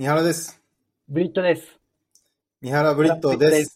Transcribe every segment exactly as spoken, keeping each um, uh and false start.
三原です。 ブリットです。 三原ブリットです。です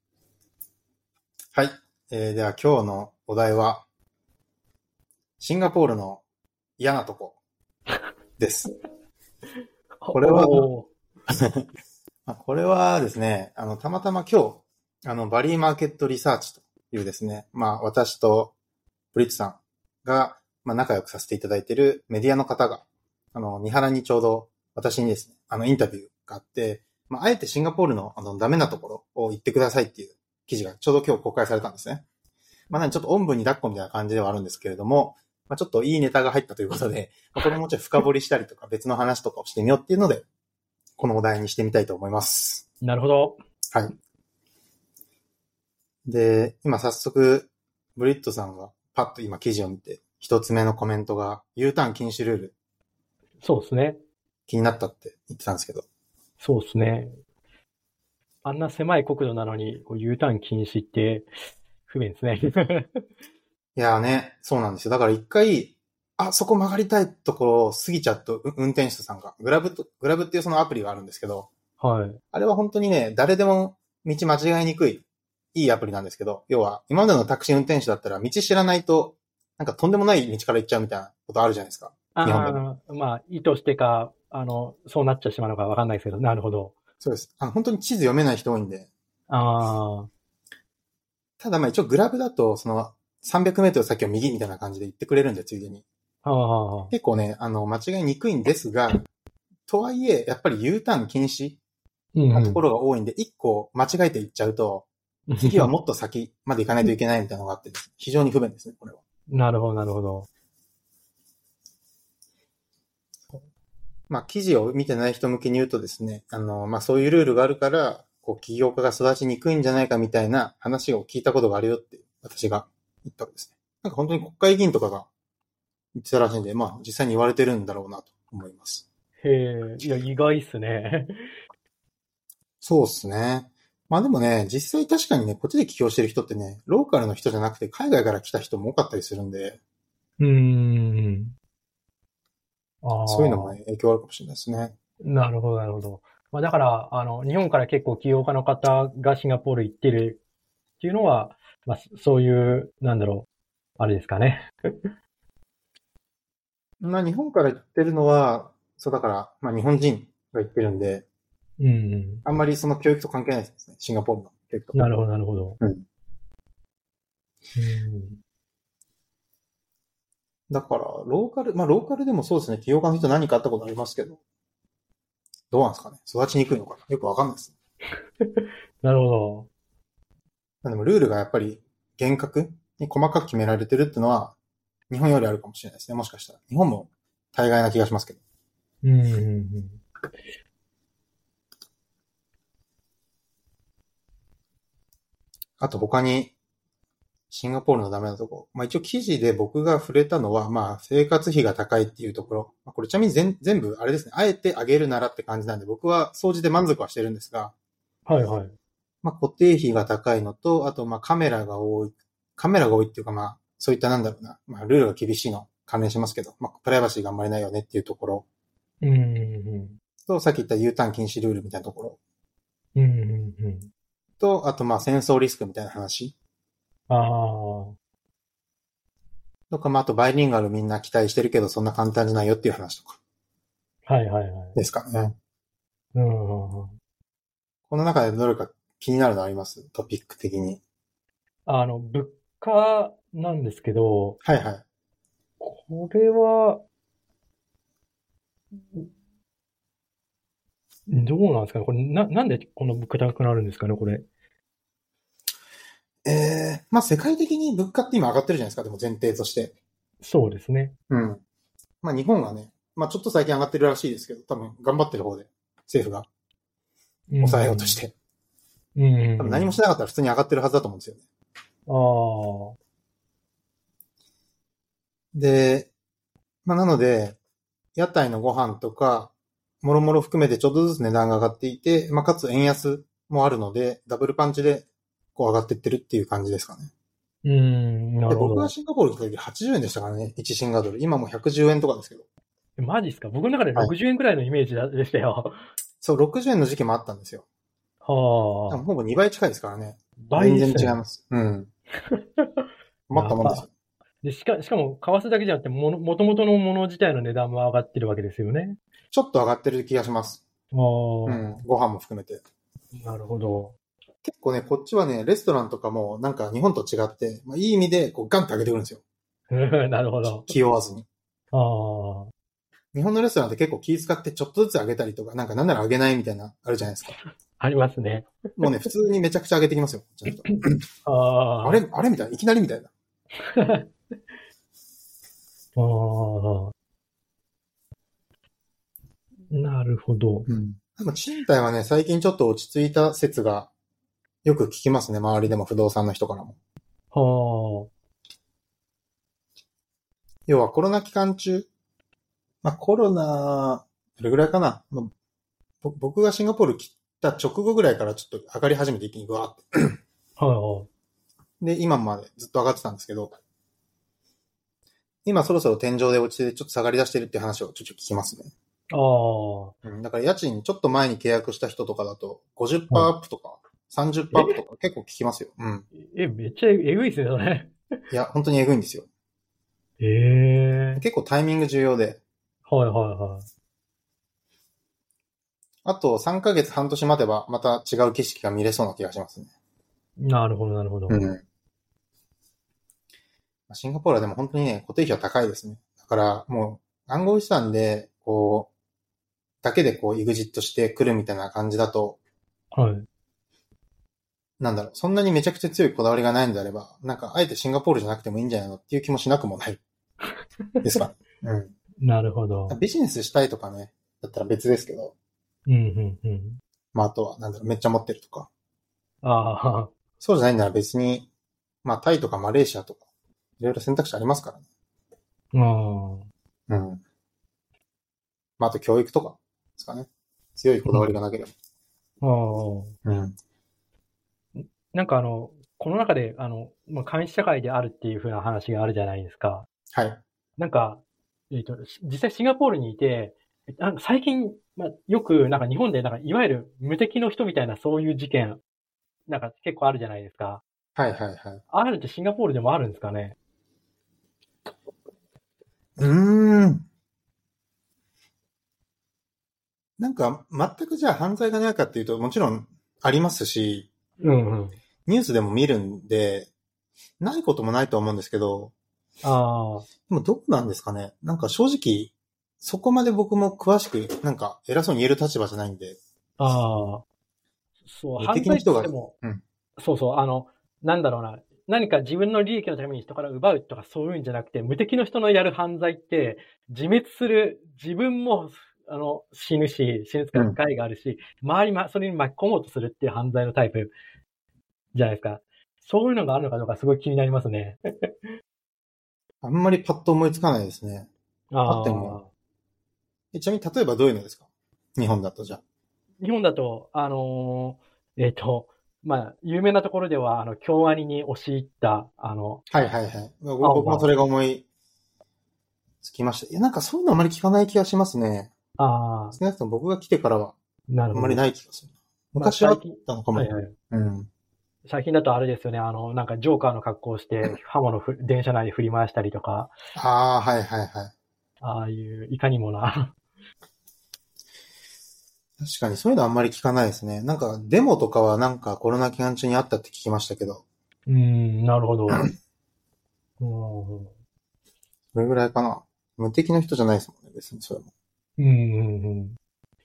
はい、えー。では今日のお題は、シンガポールの嫌なとこです。これは、これはですね、あの、たまたま今日、あの、バリーマーケットリサーチというですね、まあ私とブリットさんが、まあ、仲良くさせていただいているメディアの方が、あの、三原にちょうど私にですね、あの、インタビューがあって、まあ、あえてシンガポールのあの、ダメなところを言ってくださいっていう記事がちょうど今日公開されたんですね。まあ、ちょっとおんぶに抱っこみたいな感じではあるんですけれども、まあ、ちょっといいネタが入ったということで、まあ、これもうちょい深掘りしたりとか別の話とかをしてみようっていうので、このお題にしてみたいと思います。 なるほど。 はい。で、今早速、ブリットさんがパッと今記事を見て、一つ目のコメントが U ターン禁止ルール。 そうですね。 気になったって言ってたんですけど。 そうですね。あんな狭い国土なのに U ターン禁止って不便ですね。 いやーね、そうなんですよ。だから一回、あ、そこ曲がりたいところを過ぎちゃうと、運転手さんが、グラブと、グラブっていうそのアプリがあるんですけど、 はい。 あれは本当にね、誰でも道間違いにくい、いいアプリなんですけど、要は、今までのタクシー運転手だったら道知らないと、なんかとんでもない道から行っちゃうみたいなことあるじゃないですか。日本でも。 ああ、まあ、意図してか、あの、そうなっちゃしまうのかわかんないですけど、なるほど。 そうです。あの、本当に地図読めない人多いんで。 ああ。 ただまあ一応グラブだと、その、さんびゃくメートル先を右みたいな感じで行ってくれるんで、ついでに。 ああ。 結構ね、あの、間違いにくいんですが、とはいえ、やっぱり U ターン禁止なところが多いんで、一、うん、個間違えて行っちゃうと、次はもっと先まで行かないといけないみたいなのがあって、非常に不便ですね、これは。 なるほど、なるほど。 まあ、記事を見てない人向けに言うとですね、あの、まあ、そういうルールがあるから、こう、起業家が育ちにくいんじゃないかみたいな話を聞いたことがあるよって、私が言ったわけですね。なんか本当に国会議員とかが言ってたらしいんで、まあ、実際に言われてるんだろうなと思います。 へえ、いや、意外っすね。 そうっすね。まあでもね、実際確かにね、こっちで起業してる人ってね、ローカルの人じゃなくて海外から来た人も多かったりするんで、 うーん。ああ。 そういうのもね、影響あるかもしれないですね。 なるほど、なるほど。まあだから、あの、日本から結構起業家の方がシンガポール行ってるっていうのは、まあそういう、なんだろう、あれですかね。 まあ日本から行ってるのは、そうだから、まあ日本人が行ってるんで、 うん。 あんまりその教育と関係ないですね。シンガポールの教育と。 なるほど、なるほど。 うん。 うん。 だから、ローカル、まあローカルでもそうですね。起業家の人何かあったことありますけど、どうなんですかね。育ちにくいのかな。よくわかんないです。 なるほど。 でもルールがやっぱり厳格に細かく決められてるっていうのは、日本よりあるかもしれないですね。もしかしたら。日本も大概な気がしますけど。 うん、うん、うん。 あと他に、シンガポールのダメなとこ。まあ一応記事で僕が触れたのは、まあ生活費が高いっていうところ。まあ、これちなみに全全部あれですね。あえてあげるならって感じなんで、僕は掃除で満足はしてるんですが。 はいはい。 まあ固定費が高いのと、あとまあカメラが多い。カメラが多いっていうかまあ、そういったなんだろうな。まあルールが厳しいの関連しますけど、まあプライバシーがあんまりないよねっていうところ。 うん、うん。 と、さっき言った U ターン禁止ルールみたいなところ。 うん、うん、うん。 と、あとまあ戦争リスクみたいな話。 ああ。 とか、まああとバイリンガルみんな期待してるけどそんな簡単じゃないよっていう話とか。 はいはいはい。 ですかね。 うん、うん。 この中でどれか気になるのあります？トピック的に。 あの、物価なんですけど、 はいはい。 これは、どうなんですかねこれ、な、なんでこの物価高くなるんですかねこれ。 ええー、まあ世界的に物価って今上がってるじゃないですか、でも前提として。 そうですね。 うん。まあ日本はね、まあちょっと最近上がってるらしいですけど、多分頑張ってる方で、政府が抑えようとして。 うん。 多分何もしなかったら普通に上がってるはずだと思うんですよね。 ああ。 で、まあなので、屋台のご飯とか、もろもろ含めてちょっとずつ値段が上がっていて、まあかつ円安もあるので、ダブルパンチでこう上がっていってるっていう感じですかね。 うん、なで、 るほど。 僕がシンガポール来た時はちじゅうえんでしたからね。いちシンガドル。今もうひゃくじゅうえんとかですけど。 マジっすか？僕の中でろくじゅうえんくらいのイメージでしたよ。 そう、ろくじゅうえんの時期もあったんですよ。 はあ。 ほぼにばい近いですからね。 倍ですね。 全然違います。うん。困ったもんですよ。 で、しか、しかも、為替だけじゃなくて、もの、もともとのもの自体の値段も上がってるわけですよね。 ちょっと上がってる気がします。 ああ、 うん。ご飯も含めて。 なるほど。 結構ね、こっちはね、レストランとかもなんか日本と違って、まあ、いい意味でこうガンって上げてくるんですよ。 なるほど。 気負わずに。 ああ。 日本のレストランって結構気遣ってちょっとずつ上げたりとか、なんかなんなら上げないみたいな、あるじゃないですか。 ありますね。 もうね、普通にめちゃくちゃ上げてきますよ。ちゃんとああ。 あれあれみたいな。いきなりみたいな。 ああ。なるほど。 うん。でも賃貸はね、最近ちょっと落ち着いた説がよく聞きますね。周りでも不動産の人からも。 はあ。 要はコロナ期間中、まあコロナ、どれぐらいかな、まあ、僕がシンガポール来た直後ぐらいからちょっと上がり始めて一気にグワーって。 はい。 で、今までずっと上がってたんですけど、今そろそろ天井で落ちてちょっと下がり出してるっていう話をちょっと聞きますね。 ああ。 うん、だから家賃ちょっと前に契約した人とかだと ごじゅっパーセント アップとか さんじゅっパーセント アップとか結構聞きますよ。うん。 え、めっちゃえぐいですね、それ。 いや、本当にえぐいんですよ。 ええ結構タイミング重要で。 はいはいはい。 あとさんかげつ半年待てばまた違う景色が見れそうな気がしますね。 なるほどなるほど。 うん。シンガポールはでも本当にね、固定費は高いですね。だからもう暗号資産で、こう、だけでこう、エグジットしてくるみたいな感じだと、 はい。 なんだろう、そんなにめちゃくちゃ強いこだわりがないんであれば、なんか、あえてシンガポールじゃなくてもいいんじゃないのっていう気もしなくもない。ですかね。うん。 なるほど。 ビジネスしたいとかね、だったら別ですけど、 うん、うん、うん。 まあ、あとは、なんだろう、めっちゃ持ってるとか。 ああ、 そうじゃないなら別に、まあ、タイとかマレーシアとか、いろいろ選択肢ありますからね。 ああ。 うん。まあ、あと教育とかですかね。強いこだわりがなければ。 ああ。 うん。 なんかあの、この中で、あの、まあ、監視社会であるっていう風な話があるじゃないですか。 はい。 なんか、えっと、実際シンガポールにいて、なんか最近、まあ、よく、なんか日本で、なんかいわゆる無敵の人みたいなそういう事件、なんか結構あるじゃないですか。 はいはいはい。 あるってシンガポールでもあるんですかね。 うーん。なんか、全くじゃあ犯罪がないかっていうと、もちろんありますし、 うんうん。 ニュースでも見るんで、ないこともないと思うんですけど、 ああ。 でもどうなんですかね。なんか正直、そこまで僕も詳しく、なんか偉そうに言える立場じゃないんで。 ああ。そう、 無犯罪っ敵の人が、 ても、 うん。 そうそう、あの、なんだろうな、何か自分の利益のために人から奪うとかそういうんじゃなくて、無敵の人のやる犯罪って、自滅する、自分も、あの、死ぬし、死ぬつかうん。 害があるし、周りま、それに巻き込もうとするっていう犯罪のタイプじゃないですか。そういうのがあるのかどうかすごい気になりますね。 あんまりパッと思いつかないですね。あっても。 ああ。 えちなみに例えばどういうのですか？日本だとじゃあ。 日本だと、あのーえっと、まあ、有名なところでは、あの、京アニに押し入った、あの、 はいはいはい。僕青葉。 僕もそれが思いつきました。いや、なんかそういうのあまり聞かない気がしますね。 ああ、 少なくとも僕が来てからはあんまりなるほど。 ない気がする。 まあ、 昔はあっ最近、 たのかも。 はいはい。 うん。 最近だとあれですよね、あの、なんかジョーカーの格好をして、刃物ふ電車内で振り回したりとか、 ああ、はいはいはい。 ああいういかにもな。 確かにそういうのあんまり聞かないですね。なんかデモとかはなんかコロナ期間中にあったって聞きましたけど、 うーん、なるほど。うん、 それぐらいかな。無敵の人じゃないですもんね、別にそれも。 うん、うん、うん。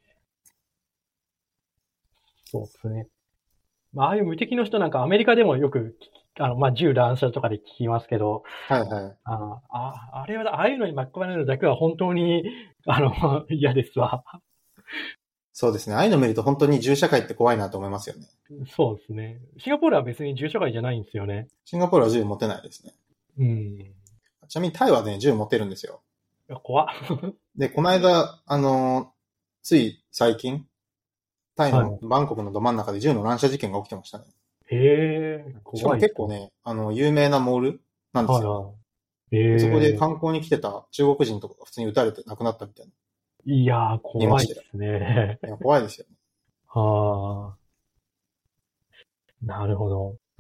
そうですね。まあ、ああいう無敵の人なんかアメリカでもよく聞き、あの、まあ、銃乱射とかで聞きますけど、 はいはい。 ああ、あれは、ああいうのに巻き込まれるのだけは本当に、あの、嫌ですわ。 そうですね。ああいうの見ると本当に銃社会って怖いなと思いますよね。 そうですね。シンガポールは別に銃社会じゃないんですよね。 シンガポールは銃持てないですね。 うん。いちなみにタイはね、銃持てるんですよ。 や、怖っ。 で、この間、あのーつい最近、タイはのバンコクのど真ん中で銃の乱射事件が起きてましたね。 い。へえ、 しかも怖いですね。 結構ね、あの、有名なモールなんですよ。 はいはい。へでそこでえ、 観光に来てた中国人とかが普通に撃たれて亡くなったみたいないやー、 見ましたよ。 怖いですね。 いや怖いですよね。 はあ、なるほど。 うん。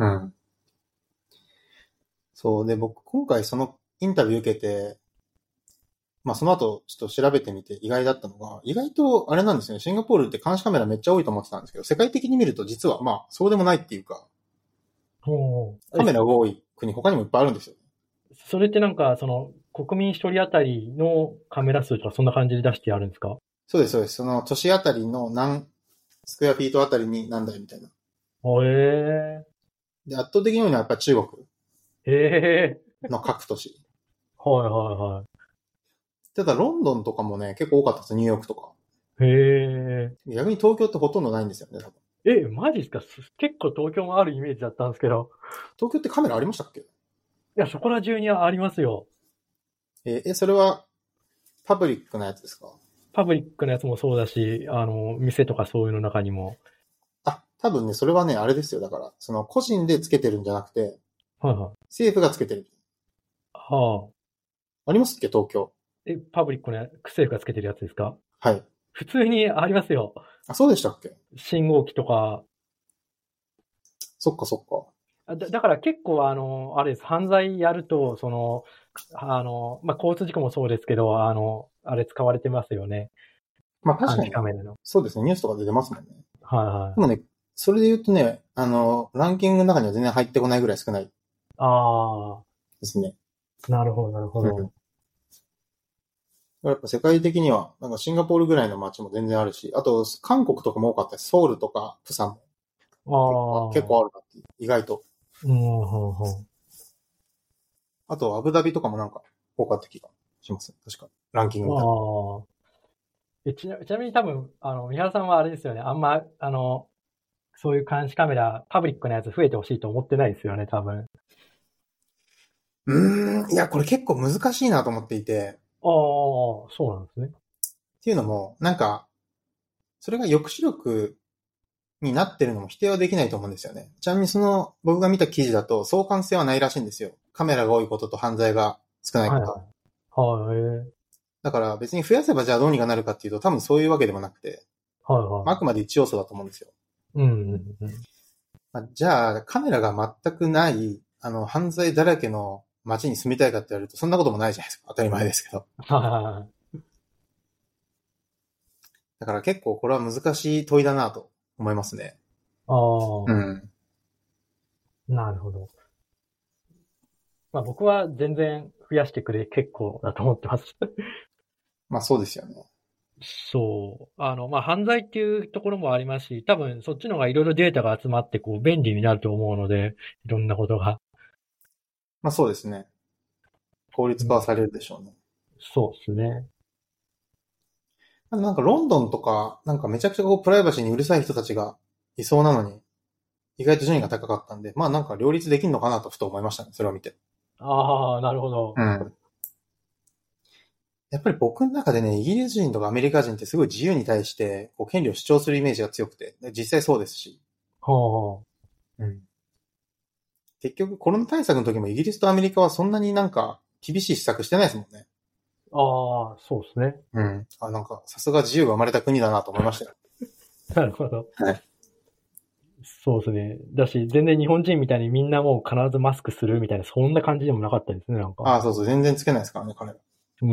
そうで、僕今回そのインタビュー受けて、まあその後ちょっと調べてみて意外だったのが、意外とあれなんですよね、シンガポールって監視カメラめっちゃ多いと思ってたんですけど、世界的に見ると実はまあそうでもないっていうか、 ほう。 カメラが多い国他にもいっぱいあるんですよ。 それってなんか、その、国民一人当たりのカメラ数とかそんな感じで出してあるんですか？ そうです、そうです。その都市あたりの何スクエアフィートあたりに何台みたいな。 へで、圧倒的に多いのはやっぱ中国え。へえ。 の各都市。 はいはいはただロンドンとかもね、結構多かったです、ニューヨークとか。 い。へえ。 逆に東京ってほとんどないんですよね、多分。 え、マジですか？す結構東京もあるイメージだったんですけど。 東京ってカメラありましたっけ？ いや、そこら中にはありますよ。 えーえ、それはパブリックなやつですか？ パブリックなやつもそうだし、あの、店とかそういうの中にも。 あ、多分ね、それはね、あれですよ。だから、その個人でつけてるんじゃなくて、 はいはい。 政府がつけてる。 はあ。 ありますっけ、東京。 え、パブリックな政府がつけてるやつですか？ はい。 普通にありますよ。 あ、そうでしたっけ？ 信号機とか。 そっかそっか。 あだだから結構あの、あれです。犯罪やると、その、あの、まあ、交通事故もそうですけど、あの、あれ使われてますよね。監まあ確かに、 視カメラの。 そうですね、ニュースとかで出ますもんね。 はいはい。 でもね、それで言うとね、あの、ランキングの中には全然入ってこないぐらい少ないあですね。 あ、なるほど、なるほうん。 ど。 やっぱ世界的には、なんかシンガポールぐらいの街も全然あるし、あと、韓国とかも多かったです。ソウルとか、プサンも結構、結ああ、 構あるなっていう、意外と。 うん、ほんほん。 あと、アブダビとかもなんか多かった気がしますね。確か。ランキング見たら。 ああ。え、ちな、ちなみに多分、あの、三原さんはあれですよね。あんま、あの、そういう監視カメラ、パブリックなやつ増えてほしいと思ってないですよね、多分。 うーん、いや、これ結構難しいなと思っていて、 ああ、そうなんですね。 っていうのも、なんか、それが抑止力になってるのも否定はできないと思うんですよね。ちなみにその、僕が見た記事だと相関性はないらしいんですよ。カメラが多いことと犯罪が少ないこと。 はいはい。はい、ええ、 だから別に増やせばじゃあどうにかなるかっていうと多分そういうわけでもなくて、 はいはまあ、あくまで一要素だと思うんですよ。 い。うん、うん、うん。 まあ、じゃあカメラが全くない、あの、犯罪だらけの街に住みたいかって言われるとそんなこともないじゃないですか。当たり前ですけど。 はい。 だから結構これは難しい問いだなと思いますね。 ああ、 うん。 なるほど。まあ僕は全然増やしてくれ結構だと思ってます。 まあそうですよね。 そう。あの、まあ犯罪っていうところもありますし、多分そっちの方がいろいろデータが集まってこう便利になると思うので、いろんなことが。 まあそうですね。効率うん、 化はされるでしょうね。 そうですね。 なんかロンドンとか、なんかめちゃくちゃこうプライバシーにうるさい人たちがいそうなのに、意外と順位が高かったんで、まあなんか両立できるのかなとふと思いましたね。それを見て。 ああ、なるほど。 うん。やっぱり僕の中でね、イギリス人とかアメリカ人ってすごい自由に対して、こう権利を主張するイメージが強くて、実際そうですし。 はうん。結局コロナ対策の時もイギリスとアメリカはそんなになんか厳しい施策してないですもんね。 あ、ああ、そうですね。 うん。あ、なんかさすが自由が生まれた国だなと思いましたよ。 なるほど。 はい。 そうですね。だし、全然日本人みたいにみんなもう必ずマスクするみたいな、そんな感じでもなかったですね、なんか。 ああ、そうそう、全然つけないですからね、彼ら。 うん。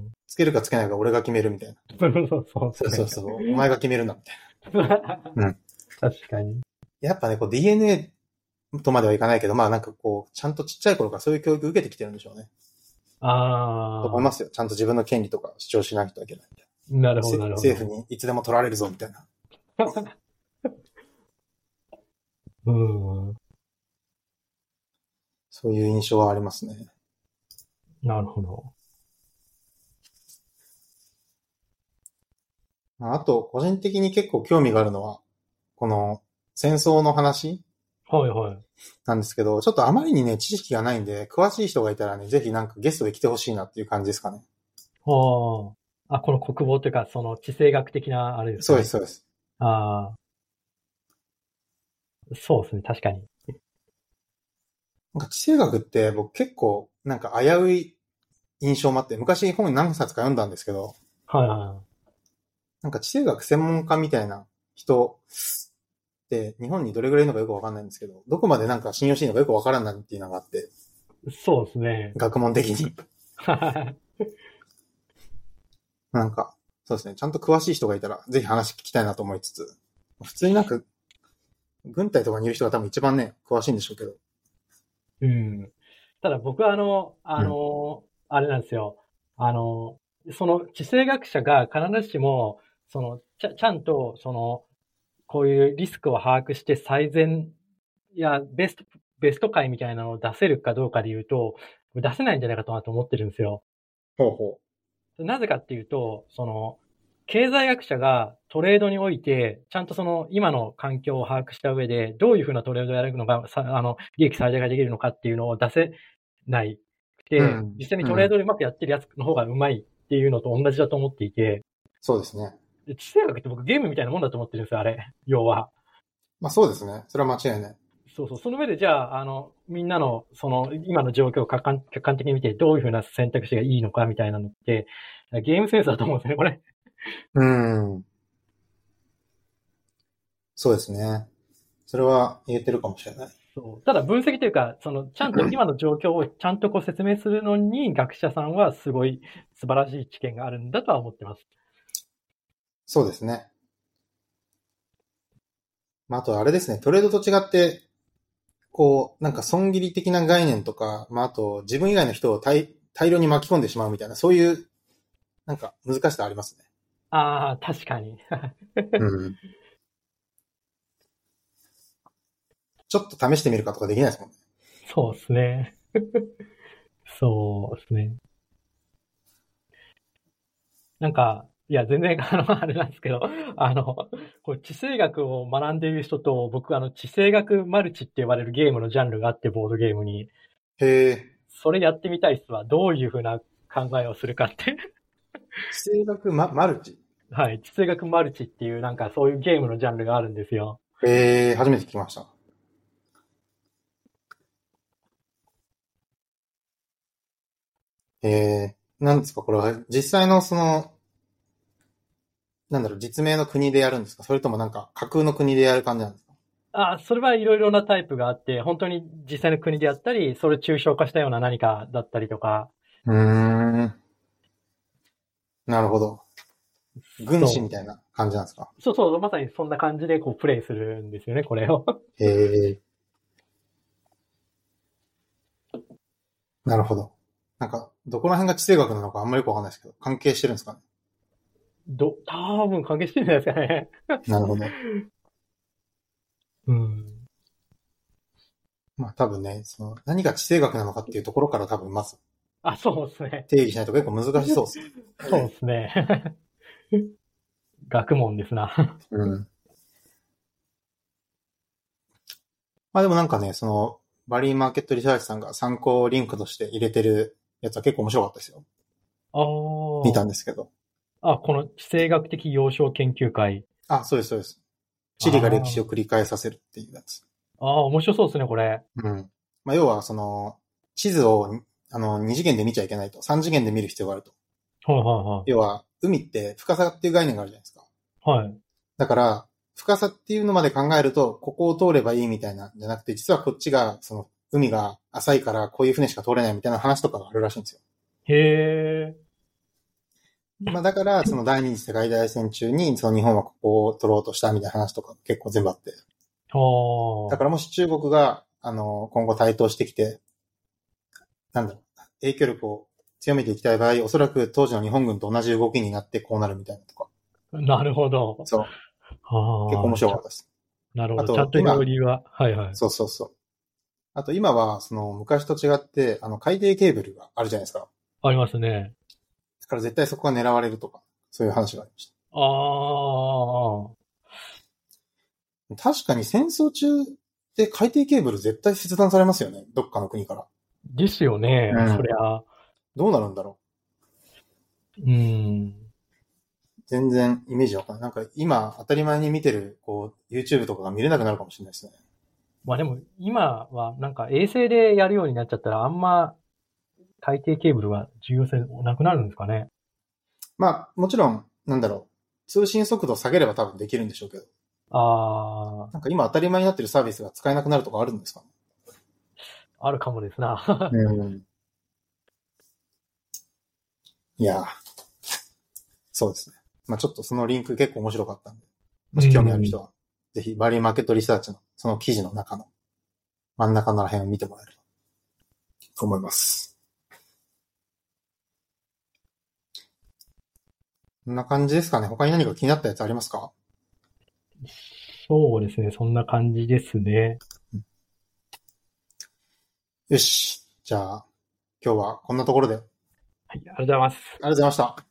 つけるかつけないか俺が決めるみたいな。 そうそうそうですね。 そうそうそう。お前が決めるな、みたいな。うん。 確かに。 やっぱね、こう ディーエヌエー とまではいかないけど、まあなんかこう、ちゃんとちっちゃい頃からそういう教育受けてきてるんでしょうね。と思いああ、 ますよ。ちゃんと自分の権利とか主張しないといけないみたいな。 なるほど、 せなるほど。 政府にいつでも取られるぞ、みたいな。 うん。 そういう印象はありますね。 なるほど。 あと、個人的に結構興味があるのは、この戦争の話はいはい。 なんですけど、ちょっとあまりにね、知識がないんで、詳しい人がいたらね、ぜひなんかゲストで来てほしいなっていう感じですかね。 ああ。あ、この国防というか、その地政学的なあれですかそうです、 ね。 そうです。 ああ、そうですね、確かに。 なんか地政学って僕結構なんか危うい印象もあって、昔本何冊か読んだんですけど、 はいはなんか地政学専門家みたいな人って日本にどれぐらいいるのかよくわかんないんですけど、どこまでなんか信用していいのかよくわからんなっていうのがあって。 そうですね。 学問的に。なんか、そうですね。ちゃんと詳しい人がいたらぜひ話聞きたいなと思いつつ、普通になんか、軍隊とかにいる人が多分一番ね、詳しいんでしょうけど。 うん。ただ僕はあの、あの、うん、あれなんですよ。あの、その地政学者が必ずしも、その、ちゃ、ちゃんと、その、こういうリスクを把握して最善やベスト、ベスト回みたいなのを出せるかどうかで言うと、出せないんじゃないかと思ってるんですよ。 ほうほう。なぜかっていうと、その、経済学者がトレードにおいて、ちゃんとその今の環境を把握した上で、どういうふうなトレードをやるのが、あの、利益最大化できるのかっていうのを出せないで、うん、実際にトレードでうまくやってるやつの方がうまいっていうのと同じだと思っていて。 そうですね。 地政学って僕ゲームみたいなもんだと思ってるんですよ、あれ。要は。 まあそうですね。それは間違いない。 そうそう。その上でじゃあ、あの、みんなの、その、今の状況を客観客観的に見て、どういうふうな選択肢がいいのかみたいなのって、ゲームセンスだと思うんですね、これ。 うん。そうですね。それは言えてるかもしれない。 そう。ただ分析というか、その、ちゃんと今の状況をちゃんとこう説明するのに、学者さんはすごい素晴らしい知見があるんだとは思ってます。 そうですね。まあ、あとあれですね、トレードと違って、こう、なんか損切り的な概念とか、まあ、あと自分以外の人を大大量に巻き込んでしまうみたいな、そういう、なんか難しさありますね。 ああ、確かに。 うん。ちょっと試してみるかとかできないですもんね。 そうですね。そうですね。なんか、いや、全然、あの、あれなんですけど、あの、こう地政学を学んでいる人と、僕、あの、地政学マルチって呼ばれるゲームのジャンルがあって、ボードゲームに。 へえ。 それやってみたいっすわ。どういう風な考えをするかって。 地政学、ま、マルチはい。地政学マルチっていう、なんかそういうゲームのジャンルがあるんですよ。 へえ、初めて聞きました。へえ、なんですかこれは、実際のその、なんだろう、実名の国でやるんですかそれともなんか架空の国でやる感じなんですか？ あ、それはいろいろなタイプがあって、本当に実際の国でやったり、それを抽象化したような何かだったりとか。 うーん。なるほど。軍師みたいな感じなんですか？ そうそう、まさにそんな感じでこうプレイするんですよね、これを。 へえ。なるほど。なんか、どこら辺が地政学なのかあんまりよくわかんないですけど、関係してるんですかね？ ど、多分関係してるんじゃないですかね。 なるほど。 うん。 まあ多分ね、その、何が地政学なのかっていうところから多分まず。 あ、そうですね。 定義しないと結構難しそうですね。 そうですね。学問ですな。 うん。まあでもなんかね、その、バリーマーケットリサーチさんが参考リンクとして入れてるやつは結構面白かったですよ。 ああ。 見たんですけど。 あ、この地政学的要衝研究会。 あ、そうです、そうです。地理が歴史を繰り返させるっていうやつ。 ああ、面白そうですね、これ。 うん。まあ要は、その、地図を、あの、二次元で見ちゃいけないと。三次元で見る必要があると。 はいはいはい。 要は、海って深さっていう概念があるじゃないですか。 はい。 だから、深さっていうのまで考えると、ここを通ればいいみたいな、じゃなくて、実はこっちが、その、海が浅いからこういう船しか通れないみたいな話とかがあるらしいんですよ。 へえ。 まあだから、その第二次世界大戦中に、その日本はここを取ろうとしたみたいな話とか結構全部あって。だからもし中国が、あの、今後台頭してきて、なんだろう、影響力を強めていきたい場合、おそらく当時の日本軍と同じ動きになってこうなるみたいなとか。 なるほど。 そう。結構面白かったです。 なるほど。ちゃんと今、理由は、はいはい。 そうそうそう。あと今は、その昔と違って、あの、海底ケーブルがあるじゃないですか。 ありますね。 だから絶対そこが狙われるとか、そういう話がありました。 ああ。確かに戦争中で海底ケーブル絶対切断されますよね。どっかの国から。 ですよね。うん、そりゃ。 どうなるんだろう。うん。 全然イメージわかんない。なんか今当たり前に見てる、こう、YouTube とかが見れなくなるかもしれないですね。 まあでも、今はなんか衛星でやるようになっちゃったら、あんま海底ケーブルは重要性なくなるんですかね。 まあ、もちろん、なんだろ通信速度下げれば多分できるんでしょうけど。 ああ。 なんか今当たり前になってるサービスが使えなくなるとかあるんですかね。 あるかもですな。 うん。いや、そうですね。まあちょっとそのリンク結構面白かったんで、もし興味ある人は、ぜひバリューマーケットリサーチのその記事の中の真ん中の辺を見てもらえればと思います。こんな感じですかね。他に何か気になったやつありますか？ そうですね。そんな感じですね。 よし。じゃあ、今日はこんなところで。はい、 ありがとうございます。 ありがとうございました。